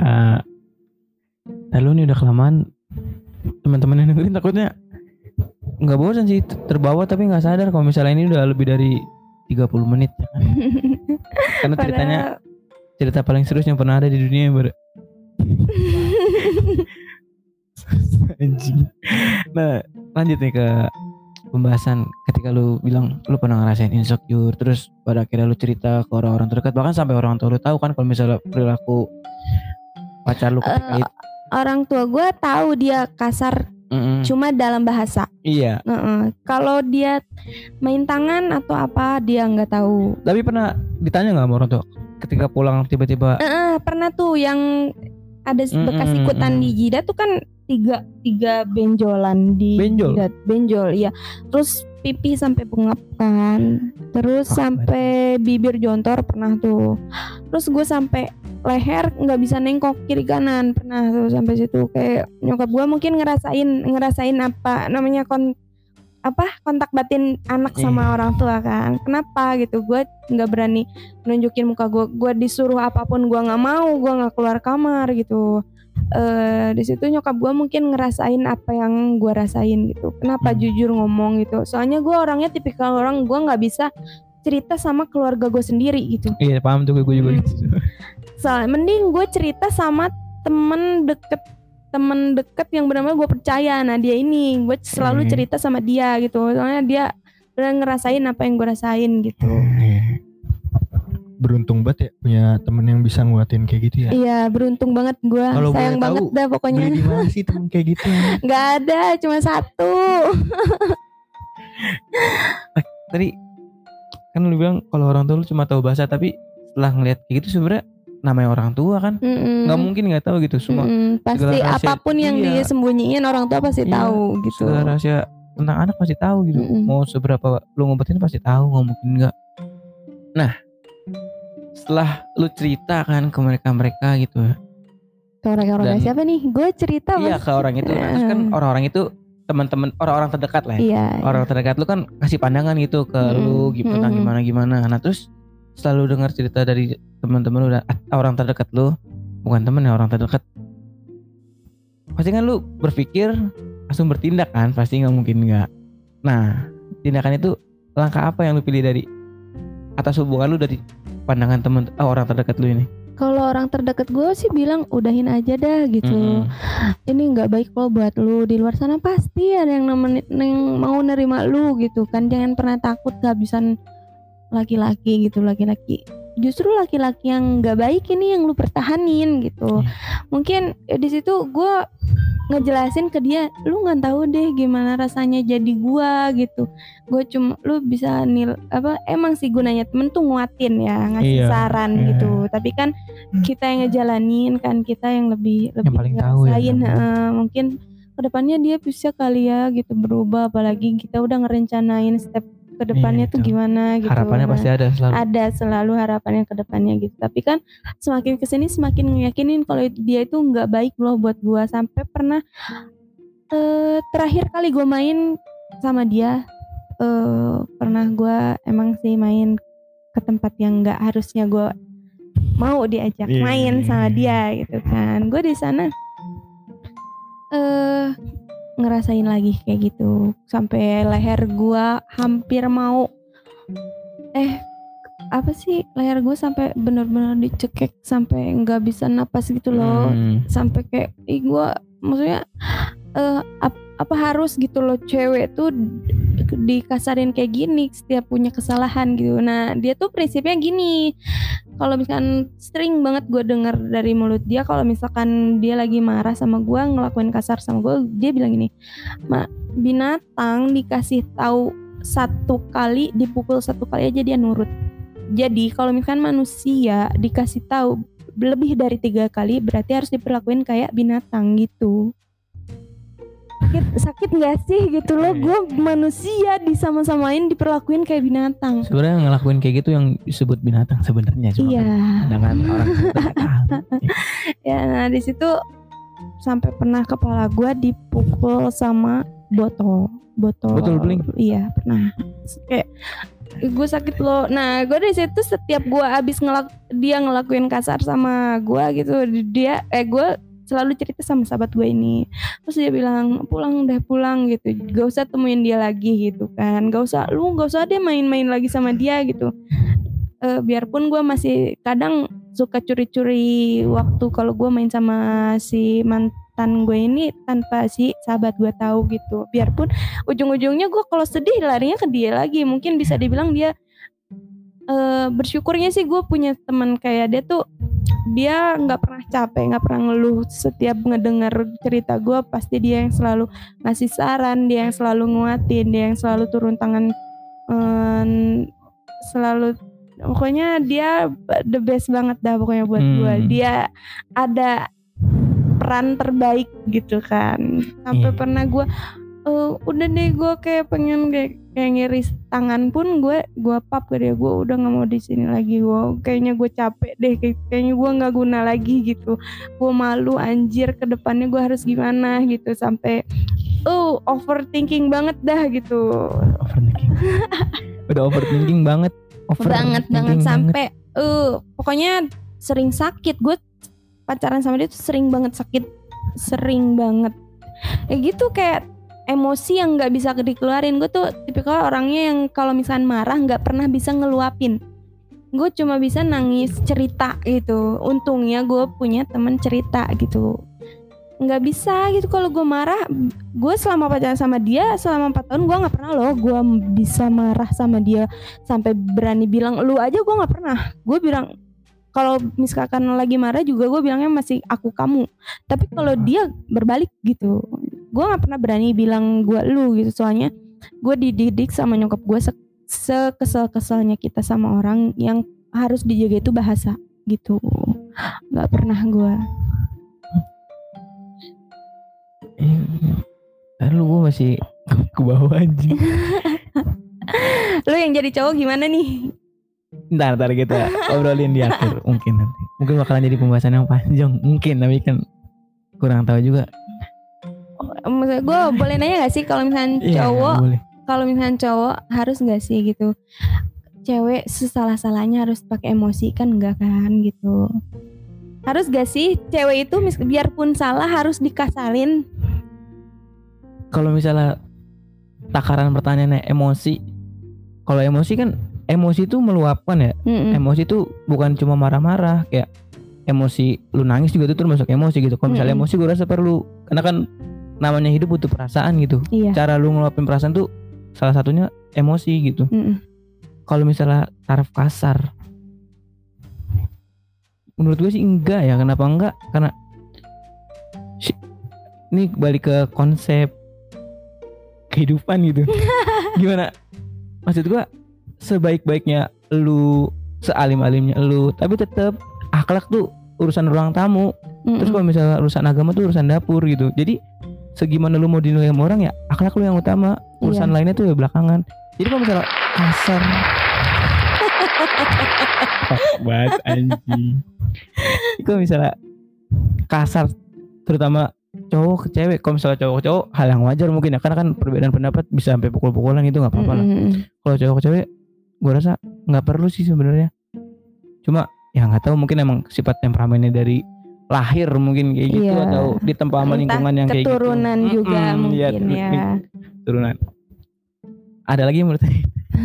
Lalu nih udah kelamaan, teman-teman yang dengerin takutnya nggak bosan sih, terbawa tapi nggak sadar kalau misalnya ini udah lebih dari 30 menit. Karena ceritanya cerita paling serius yang pernah ada di dunia anjing. Nah, lanjut nih ke pembahasan ketika lu bilang lu pernah ngerasain insecure, terus pada akhirnya lu cerita ke orang-orang terdekat, bahkan sampai orang tua lu tahu kan kalau misalnya perilaku pacar lu ketika itu. Orang tua gue tahu dia kasar, cuma dalam bahasa. Iya. Kalau dia main tangan atau apa dia nggak tahu. Tapi pernah ditanya nggak sama orang tua ketika pulang tiba-tiba? Pernah tuh yang ada bekas ikutan di jidat tuh kan tiga benjolan di jidat. Benjol ya. Terus pipi sampai bengap kan. Terus sampai bibir jontor pernah tuh. Terus gue sampai leher nggak bisa nengkok kiri kanan pernah tuh sampai situ. Kayak nyokap gue mungkin ngerasain apa namanya kontak batin anak sama orang tua kan. Kenapa gitu? Gue nggak berani nunjukin muka gue. Gue disuruh apapun gue nggak mau. Gue nggak keluar kamar gitu. Di situ nyokap gue mungkin ngerasain apa yang gue rasain gitu. Kenapa jujur ngomong gitu? Soalnya gue orangnya tipikal orang gue nggak bisa cerita sama keluarga gue sendiri gitu. Iya paham tuh, gue juga gitu. Soalnya mending gue cerita sama temen deket yang benar-benar gue percaya. Nah dia ini gue selalu cerita sama dia gitu. Soalnya dia udah ngerasain apa yang gue rasain gitu. Beruntung banget ya punya temen yang bisa nguatin kayak gitu ya. Iya beruntung banget gue. Sayang banget dah pokoknya. Beli di mana sih temen kayak gitu? Gak ada, cuma satu. Tadi kan lu bilang kalau orang tua lu cuma tahu bahasa, tapi setelah ngeliat kayak gitu sebenarnya namanya orang tua kan nggak mungkin nggak tahu gitu semua. Pasti apapun yang dia sembunyiin orang tua pasti tahu gitu. Segala rahasia tentang anak pasti tahu gitu. Mau seberapa lu ngumpetin pasti tahu, nggak mungkin nggak. Nah setelah lu cerita kan ke mereka gitu. Ke orang-orang siapa nih? Gue cerita iya ke orang itu. Terus kan orang-orang itu teman-teman, orang-orang terdekat lah ya. Iya, orang terdekat lu kan kasih pandangan gitu ke lu gitu tentang gimana. Nah terus selalu dengar cerita dari teman-teman lu dan orang terdekat lu, bukan temen ya, orang terdekat. Pasti kan lu berpikir langsung bertindak kan, pasti nggak mungkin nggak. Nah tindakan itu langkah apa yang lu pilih dari atas hubungan lu dari pandangan orang terdekat lu ini? Kalau orang terdekat gue sih bilang udahin aja dah gitu. Ini nggak baik loh buat lu. Di luar sana pasti ada yang mau nerima lu gitu kan. Jangan pernah takut kehabisan laki-laki gitu. Laki-laki justru laki-laki yang nggak baik ini yang lu pertahanin gitu. Mungkin di situ gue ngejelasin ke dia, lu nggak tahu deh gimana rasanya jadi gue gitu. Gue cuma lu bisa emang sih gunanya temen tuh nguatin ya, ngasih saran gitu. Tapi kan kita yang ngejalanin kan, kita yang lebih paling ngerasain tahu ya, mungkin kedepannya dia bisa kali ya gitu berubah, apalagi kita udah ngerencanain step kedepannya tuh gimana gitu. Harapannya pasti ada selalu. Ada selalu harapannya kedepannya gitu. Tapi kan semakin kesini semakin ngeyakinin kalau dia itu nggak baik loh buat gue. Sampai pernah terakhir kali gue main sama dia, pernah gue emang sih main ke tempat yang nggak harusnya gue mau diajak main sama dia gitu kan. Gue di sana ngerasain lagi kayak gitu sampai leher gua hampir mau leher gua sampai benar-benar dicekek sampai nggak bisa napas gitu loh. Sampai kayak gua maksudnya apa harus gitu loh cewek tuh dikasarin kayak gini setiap punya kesalahan gitu. Nah dia tuh prinsipnya gini, kalau misalkan sering banget gue dengar dari mulut dia, kalau misalkan dia lagi marah sama gue, ngelakuin kasar sama gue, dia bilang gini, binatang dikasih tahu satu kali, dipukul satu kali aja dia nurut. Jadi kalau misalkan manusia dikasih tahu lebih dari 3 kali, berarti harus diperlakuin kayak binatang gitu. Sakit gak sih gitu loh, gue manusia disama-samain diperlakuin kayak binatang. Sebenarnya ngelakuin kayak gitu yang disebut binatang sebenarnya, cuma dengan orang ya. Nah di situ sampai pernah kepala gue dipukul sama botol beling. Iya pernah. Kayak gue sakit loh. Nah gue dari situ setiap gue abis dia ngelakuin kasar sama gue gitu, gue selalu cerita sama sahabat gue ini. Terus dia bilang pulang gitu, gak usah temuin dia lagi gitu kan, gak usah deh main-main lagi sama dia gitu. Biarpun gue masih kadang suka curi-curi waktu kalau gue main sama si mantan gue ini tanpa si sahabat gue tahu gitu. Biarpun ujung-ujungnya gue kalau sedih larinya ke dia lagi. Mungkin bisa dibilang dia bersyukurnya sih gue punya teman kayak dia tuh. Dia nggak pernah capek, nggak pernah ngeluh. Setiap ngedengar cerita gue pasti dia yang selalu ngasih saran, dia yang selalu nguatin, dia yang selalu turun tangan, selalu. Pokoknya dia the best banget dah pokoknya buat gue. Dia ada peran terbaik gitu kan. Sampai pernah gue udah deh gue kayak pengen kayak ngiris tangan pun gue pap ke dia, gue udah nggak mau di sini lagi, kayaknya gue capek deh, kayaknya gue nggak guna lagi gitu, gue malu anjir ke depannya gue harus gimana gitu. Sampai overthinking banget dah gitu. Udah overthinking banget. Banget sampai pokoknya sering sakit. Gue pacaran sama dia tuh sering banget sakit, sering banget gitu, kayak emosi yang nggak bisa dikeluarin. Gue tuh tipikal orangnya yang kalau misalnya marah nggak pernah bisa ngeluapin, gue cuma bisa nangis cerita gitu. Untungnya gue punya temen cerita gitu. Nggak bisa gitu kalau gue marah. Gue selama pacaran sama dia selama 4 tahun gue nggak pernah loh gue bisa marah sama dia sampai berani bilang lu aja, gue nggak pernah. Gue bilang kalau misalkan lagi marah juga gue bilangnya masih aku kamu. Tapi kalau dia berbalik gitu, gue nggak pernah berani bilang gue lu gitu. Soalnya gue dididik sama nyokap gue sekesel-keselnya kita sama orang yang harus dijaga itu bahasa gitu. Nggak pernah gue. Lalu gue masih ke bawah anjing. Lu yang jadi cowok gimana nih? Ntar kita obrolin di akhir mungkin nanti. Mungkin bakalan jadi pembahasan yang panjang mungkin, tapi kan kurang tahu juga. Maksud gue boleh nanya gak sih kalau misalnya cowok, kalau misalnya cowok harus gak sih gitu cewek sesalah-salahnya harus pakai emosi, kan enggak kan gitu. Harus gak sih cewek itu biarpun salah harus dikasarin? Kalau misalnya takaran pertanyaannya emosi, kalau emosi kan emosi itu meluapkan ya. Emosi itu bukan cuma marah-marah, kayak emosi lu nangis juga itu termasuk emosi gitu. Kalau misalnya emosi gue rasa perlu, karena kan namanya hidup butuh perasaan gitu. Cara lu ngeluapin perasaan tuh salah satunya emosi gitu. Kalau misalnya taraf kasar, menurut gue sih enggak ya. Kenapa enggak? Karena ini balik ke konsep kehidupan gitu. Gimana? Maksud gue sebaik-baiknya lu, sealim-alimnya lu, tapi tetap akhlak tuh urusan ruang tamu. Terus kalau misalnya urusan agama tuh urusan dapur gitu. Jadi segimana lu mau dinilai sama orang ya akhlak lu yang utama, urusan lainnya tuh ya belakangan. Jadi kalau misalnya kasar banget anjing. Kalau misalnya kasar terutama cowok ke cewek, kalau misalnya cowok ke cowok hal yang wajar mungkin ya, karena kan perbedaan pendapat bisa sampai pukul-pukulan itu nggak apa-apa lah. Kalau cowok ke cewek gue rasa nggak perlu sih sebenarnya. Cuma ya nggak tahu, mungkin emang sifat temperamennya dari lahir mungkin kayak gitu, atau di tempat sama lingkungan yang kayak gitu. Keturunan juga mungkin ya. Turunan. Ada lagi menurut saya.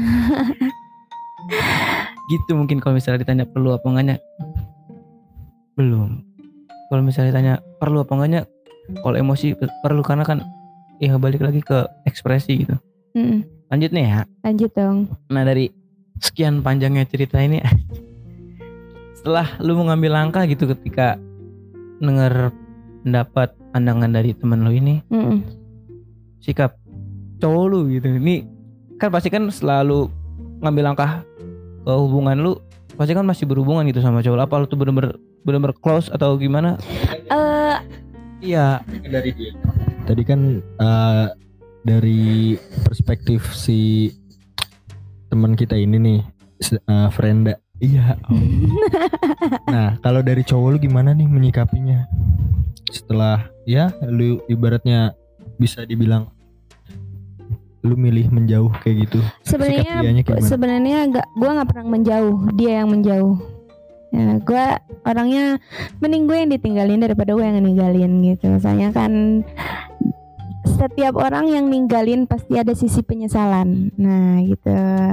Gitu mungkin kalau misalnya ditanya perlu apa enggaknya, belum. Kalau misalnya ditanya perlu apa enggaknya, kalau emosi perlu, karena kan ya balik lagi ke ekspresi gitu. Lanjut nih ya. Lanjut dong. Nah dari sekian panjangnya cerita ini, setelah lu mengambil langkah gitu ketika denger pendapat pandangan dari temen lu ini, sikap cowok lu gitu, ini kan pasti kan selalu ngambil langkah ke hubungan lu, pasti kan masih berhubungan gitu sama cowok. Apa lu tuh bener-bener close atau gimana? Iya. Dari dia. Tadi kan dari perspektif si teman kita ini nih, Frenda. Iya. Nah, kalau dari cowok lu gimana nih menyikapinya? Setelah ya lu ibaratnya bisa dibilang lu milih menjauh kayak gitu? Sebenarnya gue nggak pernah menjauh, dia yang menjauh. Ya, gue orangnya mending gue yang ditinggalin daripada gue yang ninggalin gitu. Soalnya kan setiap orang yang ninggalin pasti ada sisi penyesalan. Nah gitu.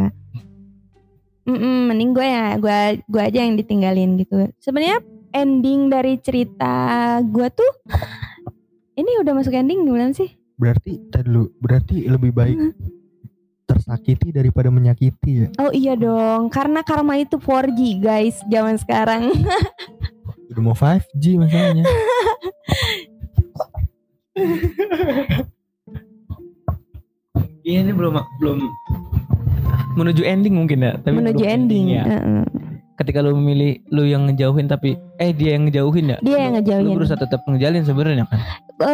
Mending gue aja yang ditinggalin gitu. Sebenarnya ending dari cerita gue tuh ini udah masuk ending gimana sih? Berarti lebih baik tersakiti daripada menyakiti ya? Oh iya dong, karena karma itu 4G guys zaman sekarang. Udah mau 5G masalahnya. Ini belum menuju ending mungkin ya, tapi menuju ending ya. Ketika lu memilih lu yang ngejauhin tapi dia yang ngejauhin ya. Dia yang ngejauhin. Lu berusaha tetap ngejalin sebenarnya kan.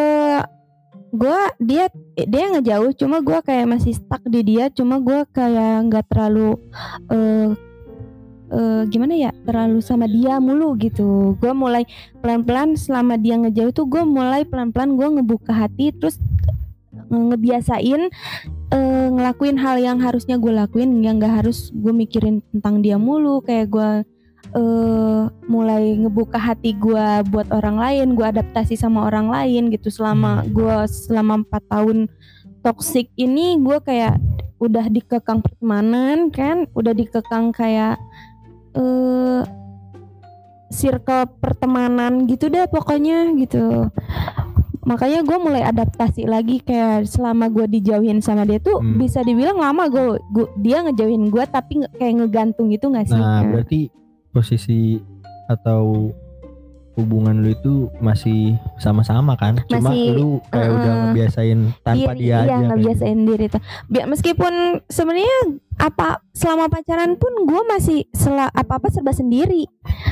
Dia ngejauh, cuma gue kayak masih stuck di dia, cuma gue kayak nggak terlalu gimana ya, terlalu sama dia mulu gitu. Gue mulai pelan-pelan selama dia ngejauh tuh gue mulai pelan-pelan gue ngebuka hati, terus ngebiasain ngelakuin hal yang harusnya gue lakuin, yang nggak harus gue mikirin tentang dia mulu. Kayak gue mulai ngebuka hati gue buat orang lain, gue adaptasi sama orang lain gitu. Selama 4 tahun toksik ini gue kayak udah dikekang pertemanan kan, udah dikekang kayak circle pertemanan gitu deh pokoknya gitu. Makanya gue mulai adaptasi lagi, kayak selama gue dijauhin sama dia tuh bisa dibilang lama dia ngejauhin gue tapi kayak ngegantung gitu nggak sih? Nah berarti posisi atau hubungan lu itu masih sama-sama kan? Cuma lu kayak udah ngebiasain tanpa dia aja. Iya ngebiasain diri tuh. Meskipun sebenarnya selama pacaran pun gue masih apa-apa serba sendiri.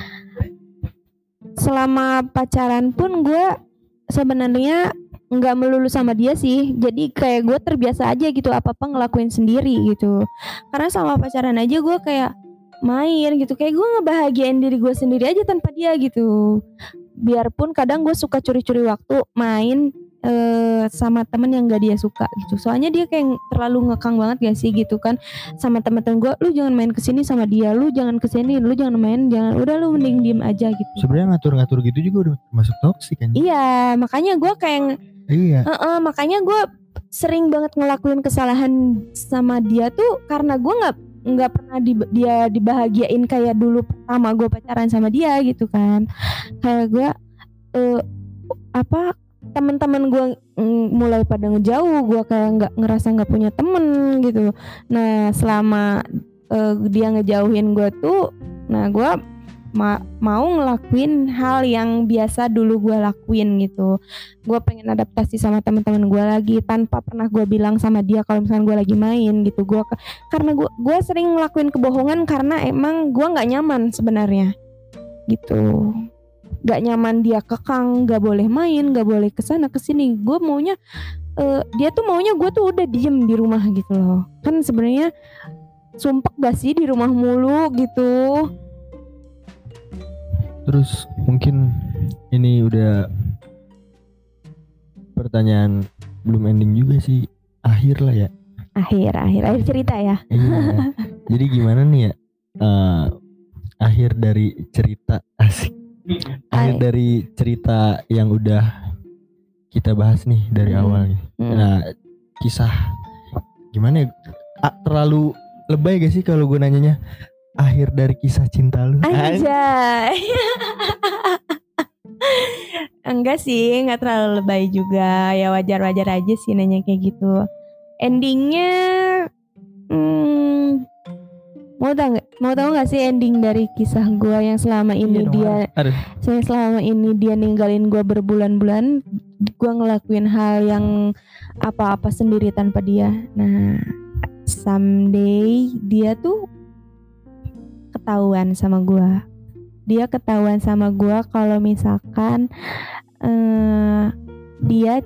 Selama pacaran pun gue sebenarnya nggak melulu sama dia sih, jadi kayak gue terbiasa aja gitu, apa-apa ngelakuin sendiri gitu. Karena sama pacaran aja gue kayak main gitu, kayak gue ngebahagiain diri gue sendiri aja tanpa dia gitu. Biarpun kadang gue suka curi-curi waktu main sama temen yang gak dia suka gitu. Soalnya dia kayak terlalu ngekang banget gak sih gitu kan sama teman-teman gue, lu jangan main kesini sama dia, lu jangan kesini, lu jangan main, udah lu mending diem aja gitu. Sebenarnya ngatur-ngatur gitu juga udah termasuk toksik kan? Iya, makanya gue kayak makanya gue sering banget ngelakuin kesalahan sama dia tuh karena gue nggak pernah dia dibahagiain kayak dulu pertama gue pacaran sama dia gitu kan. Kayak gue teman-teman gue mulai pada ngejauh, gue kayak nggak punya temen gitu. Nah selama dia ngejauhin gue tuh, nah gue mau ngelakuin hal yang biasa dulu gue lakuin gitu. Gue pengen adaptasi sama teman-teman gue lagi tanpa pernah gue bilang sama dia kalau misalnya gue lagi main gitu. Karena gue sering ngelakuin kebohongan karena emang gue nggak nyaman sebenarnya gitu. Gak nyaman dia kekang, gak boleh main, gak boleh kesana kesini. Gue maunya dia tuh maunya gue tuh udah diem di rumah gitu loh. Kan sebenarnya sumpek gak sih di rumah mulu gitu. Terus mungkin ini udah pertanyaan belum ending juga sih, akhir lah ya. Akhir cerita ya. Iya. Jadi gimana nih ya akhir dari cerita asik. Akhir dari cerita yang udah kita bahas nih dari awal nih. Nah, kisah gimana ya? Terlalu lebay gak sih kalau gue nanyanya akhir dari kisah cinta lu? Anjay. Enggak sih, enggak terlalu lebay juga. Ya wajar-wajar aja sih nanya kayak gitu. Endingnya mau tahu nggak sih ending dari kisah gue yang selama ini dia ninggalin gue berbulan-bulan, gue ngelakuin hal yang apa-apa sendiri tanpa dia. Nah someday dia tuh ketahuan sama gue kalau misalkan dia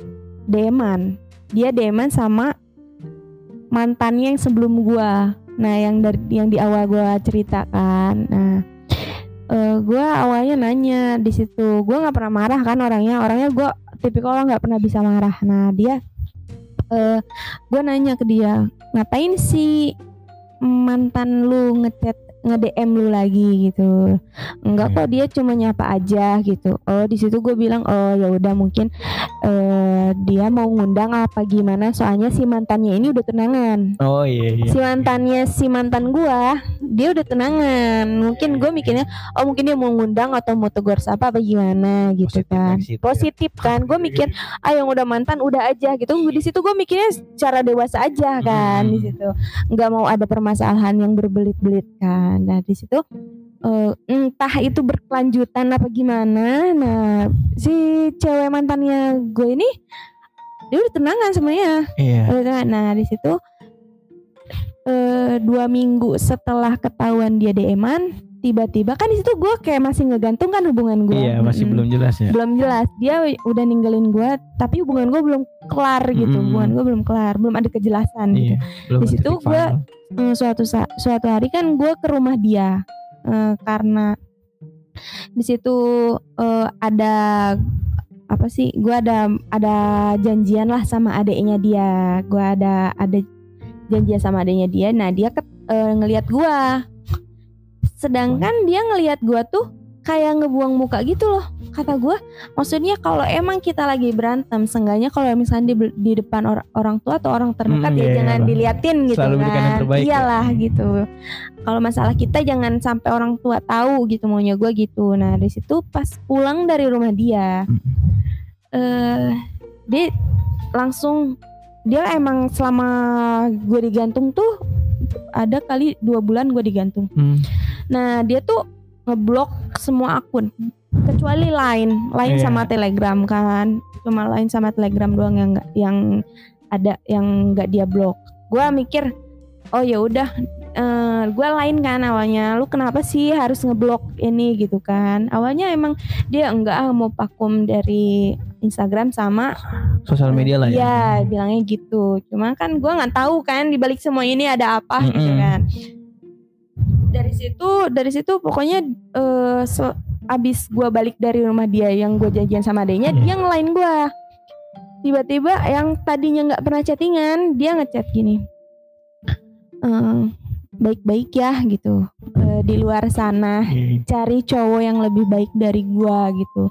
deman sama mantannya yang sebelum gue. Nah yang di awal gue ceritakan. Nah gue awalnya nanya di situ, gue nggak pernah marah kan orangnya gue tipikal orang nggak pernah bisa marah. Nah dia gue nanya ke dia, ngapain sih mantan lu nge-DM lu lagi gitu. Enggak kok, dia cuma nyapa aja gitu. Oh, di situ gue bilang, oh ya udah mungkin dia mau ngundang apa gimana, soalnya si mantannya ini udah tunangan. Oh iya. Si mantan gue, dia udah tunangan. Mungkin gue mikirnya, oh mungkin dia mau ngundang atau mau tegur sapa apa gimana gitu. Positif kan. Gue mikir, yang udah mantan udah aja gitu. Di situ gue mikirnya secara dewasa aja kan. Di situ nggak mau ada permasalahan yang berbelit-belit kan. Nah di situ entah itu berkelanjutan apa gimana. Nah si cewek mantannya gue ini dia udah tunangan semuanya. Iya. Nah di situ 2 minggu setelah ketahuan dia DM-an, tiba-tiba kan di situ gue kayak masih ngegantung kan hubungan gue. Iya, masih belum jelas ya. Belum jelas. Dia udah ninggalin gue, tapi hubungan gue belum kelar gitu. Hubungan gue belum kelar, belum ada kejelasan gitu. Di situ gue suatu hari kan gue ke rumah dia, karena di situ ada apa sih? Gue ada janjian lah sama adeknya dia. Gue ada janjian sama adeknya dia. Nah dia ngelihat gue. Sedangkan dia ngelihat gue tuh kayak ngebuang muka gitu loh. Kata gue, maksudnya kalau emang kita lagi berantem, seenggaknya kalau misalnya di depan orang tua atau orang terdekat jangan diliatin gitu. Selalu kan. Iyalah gitu. Kalau masalah kita jangan sampai orang tua tahu gitu, maunya gue gitu. Nah di situ pas pulang dari rumah dia, dia langsung, dia emang selama gue digantung tuh ada kali 2 bulan gue digantung. Nah dia tuh ngeblok semua akun kecuali Line sama Telegram kan. Cuma Line sama Telegram doang yang ada yang nggak dia blok. Gue mikir, oh ya udah, gue Line kan awalnya. Lu kenapa sih harus ngeblok ini gitu kan? Awalnya emang dia enggak mau vakum dari Instagram sama sosial media lah ya. Iya, bilangnya gitu. Cuma kan gue nggak tahu kan di balik semua ini ada apa gitu kan. Dari situ pokoknya abis gue balik dari rumah dia yang gue janjian sama adeknya, dia nge-line gue. Tiba-tiba yang tadinya nggak pernah chattingan, dia ngechat gini, baik-baik ya gitu, di luar sana cari cowok yang lebih baik dari gue gitu.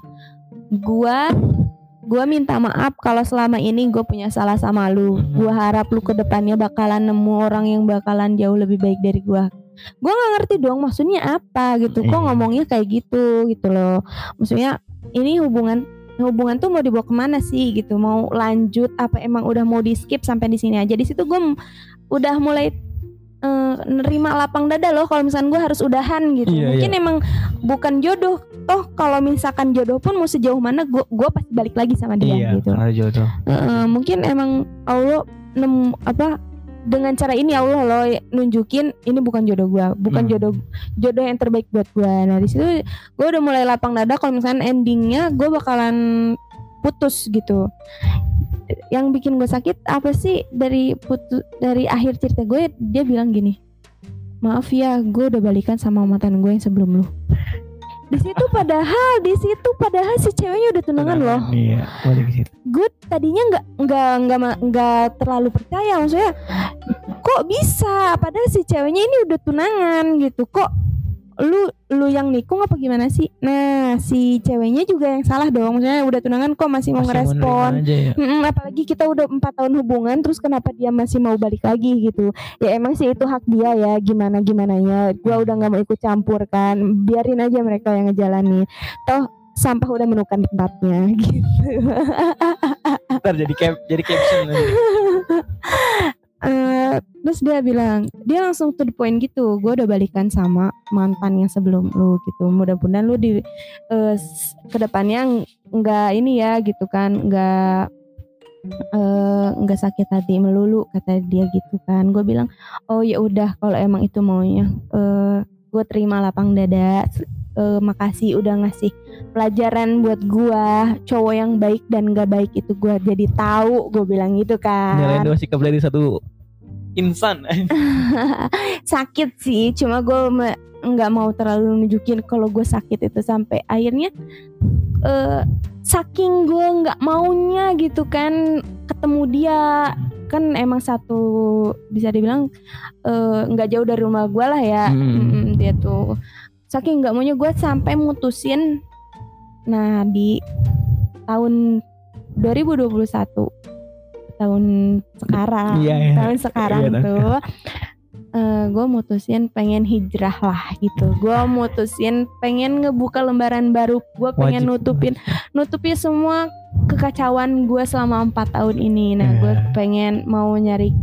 Gue minta maaf kalau selama ini gue punya salah sama lu. Gue harap lu ke depannya bakalan nemu orang yang bakalan jauh lebih baik dari gue. Gue nggak ngerti dong maksudnya apa gitu. Kok ngomongnya kayak gitu loh. Maksudnya ini hubungan tuh mau dibawa kemana sih gitu? Mau lanjut apa emang udah mau di skip sampai di sini aja? Di situ gue udah mulai nerima lapang dada loh kalau misalkan gue harus udahan gitu. Mungkin emang bukan jodoh. Toh kalau misalkan jodoh pun mau sejauh mana gue pasti balik lagi sama dia gitu. Jodoh. Mungkin emang Allah dengan cara ini Allah loh nunjukin ini bukan jodoh gue, bukan jodoh yang terbaik buat gue. Nah di situ gue udah mulai lapang dada kalau misalkan endingnya gue bakalan putus gitu. Yang bikin gue sakit apa sih dari akhir cerita gue, dia bilang gini, maaf ya gue udah balikan sama mantan gue yang sebelum lu. Di situ padahal si ceweknya udah tunangan loh. Iya, gue tadinya nggak terlalu percaya, maksudnya kok bisa padahal si ceweknya ini udah tunangan gitu, kok lu yang nikung apa gimana sih? Nah si ceweknya juga yang salah dong, maksudnya udah tunangan kok masih mau ngerespon ya? Apalagi kita udah 4 tahun hubungan, terus kenapa dia masih mau balik lagi gitu? Ya emang sih itu hak dia ya, gimananya gue udah nggak mau ikut campur kan, biarin aja mereka yang ngejalanin, toh sampah udah menemukan tempatnya gitu. Ntar jadi caption. Terus dia langsung to the point gitu, gue udah balikan sama mantan yang sebelum lu gitu, mudah-mudahan lu di kedepannya nggak ini ya gitu kan, nggak sakit hati melulu, kata dia gitu kan. Gue bilang oh ya udah kalau emang itu maunya, gue terima lapang dada, makasih udah ngasih pelajaran buat gue, cowok yang baik dan gak baik itu gue jadi tahu, gue bilang gitu kan. Nyalain dua sikap dari satu insan. Sakit sih, cuma gue nggak mau terlalu nunjukin kalau gue sakit itu, sampai akhirnya saking gue nggak maunya gitu kan ketemu dia, kan emang satu bisa dibilang nggak jauh dari rumah gue lah ya. Dia tuh saking nggak maunya gue sampai mutusin. Nah di tahun 2021 tahun sekarang tahun sekarang tuh gue mutusin pengen hijrah lah gitu. Gue mutusin pengen ngebuka lembaran baru. Gue pengen nutupin semua kekacauan gue selama 4 tahun ini. Nah gue pengen mau nyari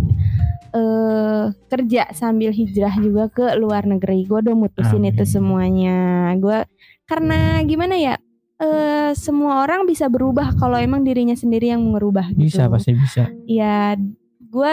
kerja sambil hijrah juga ke luar negeri. Gue udah mutusin itu semuanya. Gue karena gimana ya, semua orang bisa berubah kalau emang dirinya sendiri yang merubah gitu. Bisa, pasti bisa. Ya gue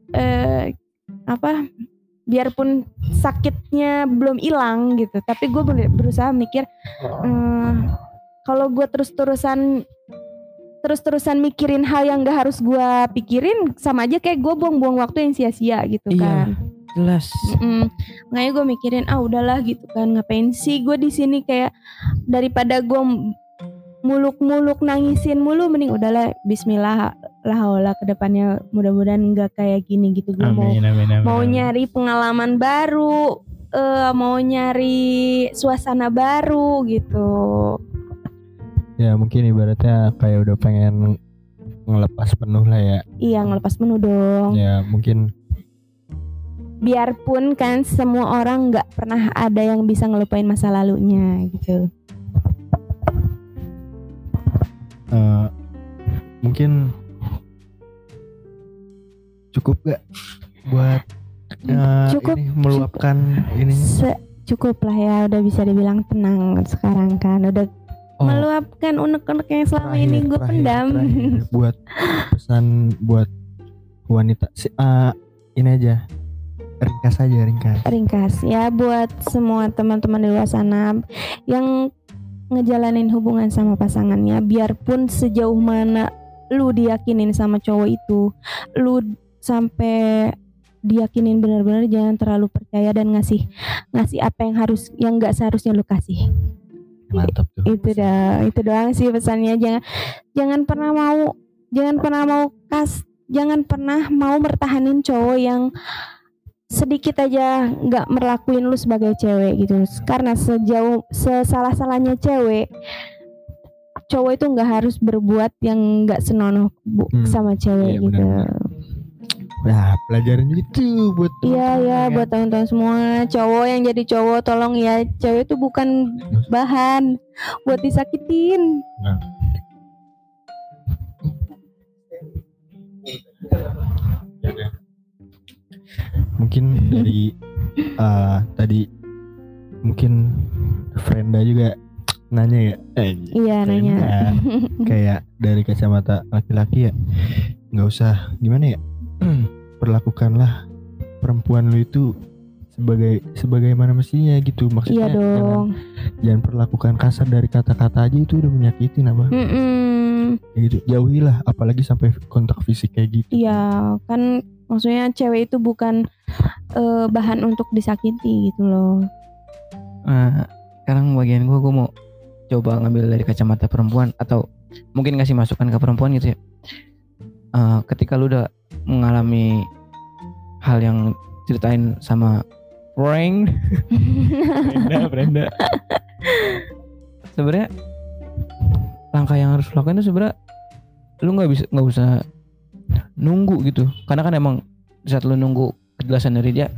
biarpun sakitnya belum hilang gitu, tapi gue berusaha mikir kalau gue terus-terusan mikirin hal yang gak harus gue pikirin, sama aja kayak gue buang-buang waktu yang sia-sia gitu kan. Jelas. Makanya gue mikirin udahlah gitu kan, ngapain sih gue di sini, kayak daripada gue muluk-muluk nangisin mulu, mending udahlah bismillah lah kedepannya mudah-mudahan nggak kayak gini gitu. Gue mau nyari pengalaman baru, mau nyari suasana baru gitu. Ya mungkin ibaratnya kayak udah pengen ngelepas penuh lah ya. Iya, ngelepas penuh dong. Ya mungkin biarpun kan semua orang nggak pernah ada yang bisa ngelupain masa lalunya gitu. Mungkin cukup gak buat cukup ini, meluapkan ini? Cukup lah ya, udah bisa dibilang tenang sekarang kan, udah meluapkan unek-unek yang selama ini gue pendam. Buat pesan buat wanita ini aja, ringkas ya, buat semua teman-teman di luar sana yang ngejalanin hubungan sama pasangannya, biarpun sejauh mana lu diyakinin sama cowok itu, lu sampai diyakinin benar-benar, jangan terlalu percaya dan ngasih apa yang nggak seharusnya lu kasih. Mantap tuh. Itu doang sih pesannya. Jangan pernah mau mertahanin cowok yang sedikit aja nggak merlakuin lu sebagai cewek gitu. Karena sesalah-salahnya cowok itu nggak harus berbuat yang nggak senonoh sama cewek gitu. Benar. Nah, pelajaran gitu buat Iya buat teman-teman semua. Cowok yang jadi cowok, tolong ya, cewek itu bukan bahan buat disakitin. Nah. Mungkin dari tadi mungkin Frenda juga nanya ya. Iya, nanya. Kayak dari kacamata laki-laki ya, nggak usah gimana ya. Perlakukanlah perempuan lu itu sebagaimana mestinya gitu, maksudnya. Iya dong. Jangan perlakukan kasar, dari kata-kata aja itu udah menyakitin apa. Gitu, jauhilah, apalagi sampai kontak fisik kayak gitu. Iya kan, maksudnya cewek itu bukan bahan untuk disakiti gitu loh. Sekarang bagian gue mau coba ngambil dari kacamata perempuan, atau mungkin ngasih masukan ke perempuan gitu ya. Ketika lu udah mengalami hal yang ceritain sama Brenda. Sebenarnya langkah yang harus lakukan itu sebenarnya lu nggak usah nunggu gitu, karena kan emang saat lu nunggu kejelasan dari dia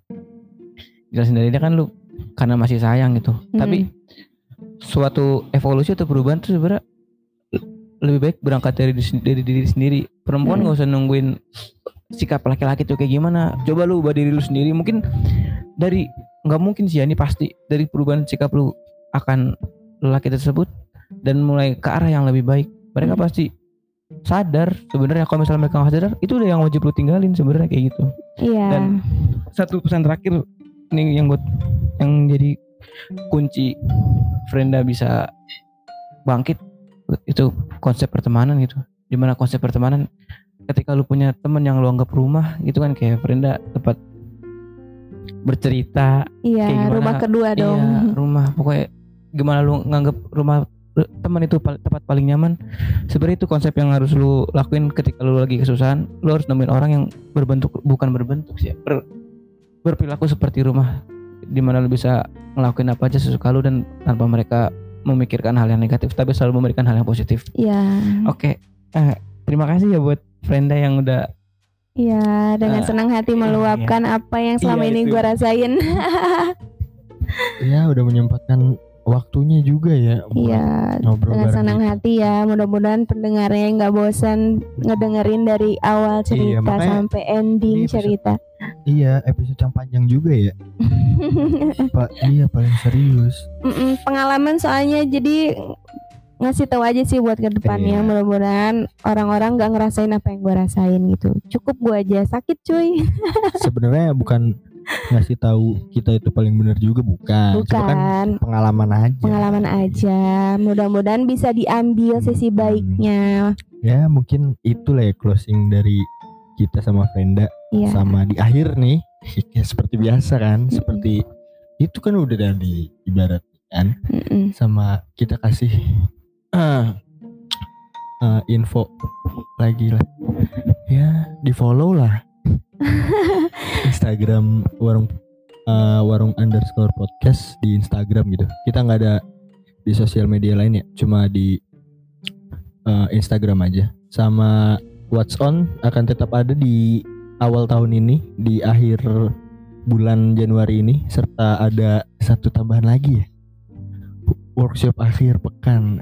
kan lu karena masih sayang gitu. Tapi suatu evolusi atau perubahan itu sebenarnya lebih baik berangkat dari diri sendiri. Perempuan nggak usah nungguin sikap laki-laki tuh kayak gimana. Coba lu ubah diri lu sendiri. Mungkin nggak mungkin sih ya, ini pasti dari perubahan sikap lu akan lelaki tersebut dan mulai ke arah yang lebih baik. Mereka pasti sadar sebenarnya, kalau misalnya mereka nggak sadar, itu udah yang wajib lu tinggalin sebenarnya kayak gitu. Iya. Dan satu pesan terakhir nih yang jadi kunci Frenda bisa bangkit, itu konsep pertemanan gitu. Dimana konsep pertemanan, ketika lu punya teman yang lu anggap rumah gitu kan, kayak Frenda tempat bercerita. Iya, kayak gimana, rumah kedua dong. Iya, rumah. Pokoknya gimana lu nganggap rumah teman itu tempat paling nyaman. Sebenarnya itu konsep yang harus lu lakuin ketika lu lagi kesusahan. Lu harus nemuin orang yang bukan berbentuk sih, berperilaku seperti rumah, dimana lu bisa ngelakuin apa aja sesuka lu dan tanpa mereka memikirkan hal yang negatif, tapi selalu memberikan hal yang positif. Iya. Oke. Terima kasih ya buat Frenda yang udah dengan senang hati meluapkan apa yang selama ini gue rasain. Ya udah menyempatkan waktunya juga ya. Iya, dengan senang hati ya. Mudah-mudahan pendengarnya nggak bosan ngedengerin dari awal cerita sampai ending cerita. Iya, episode yang panjang juga ya. Iya paling serius. Pengalaman soalnya, jadi ngasih tahu aja sih buat kedepannya. Mudah-mudahan orang-orang nggak ngerasain apa yang gue rasain gitu. Cukup gue aja sakit cuy. Sebenarnya bukan ngasih tahu kita itu paling benar juga, bukan. Kan pengalaman aja. Mudah-mudahan bisa diambil sisi baiknya. Ya mungkin itulah ya closing dari kita sama Frenda. Sama di akhir nih ya, seperti biasa kan. Seperti itu kan udah dari ibarat kan. Sama kita kasih info lagi lah ya, di follow lah Instagram warung _podcast di Instagram gitu. Kita nggak ada di sosial media lain ya, cuma di Instagram aja. Sama What's On akan tetap ada di awal tahun ini, di akhir bulan Januari ini, serta ada satu tambahan lagi ya, workshop akhir pekan.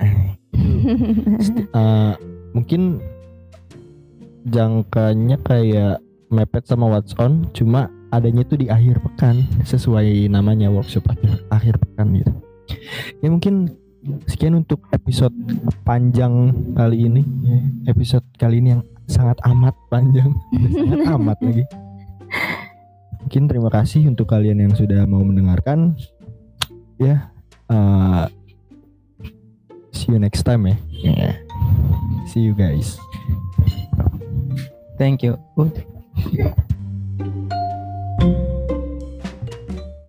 Mungkin jangkanya kayak mepet sama What's On, cuma adanya tuh di akhir pekan sesuai namanya, workshop akhir pekan gitu. Ya mungkin sekian untuk episode panjang kali ini. Episode kali ini yang sangat amat panjang, sangat amat lagi. Mungkin terima kasih untuk kalian yang sudah mau mendengarkan. Ya, see you next time ya. See you guys. Thank you.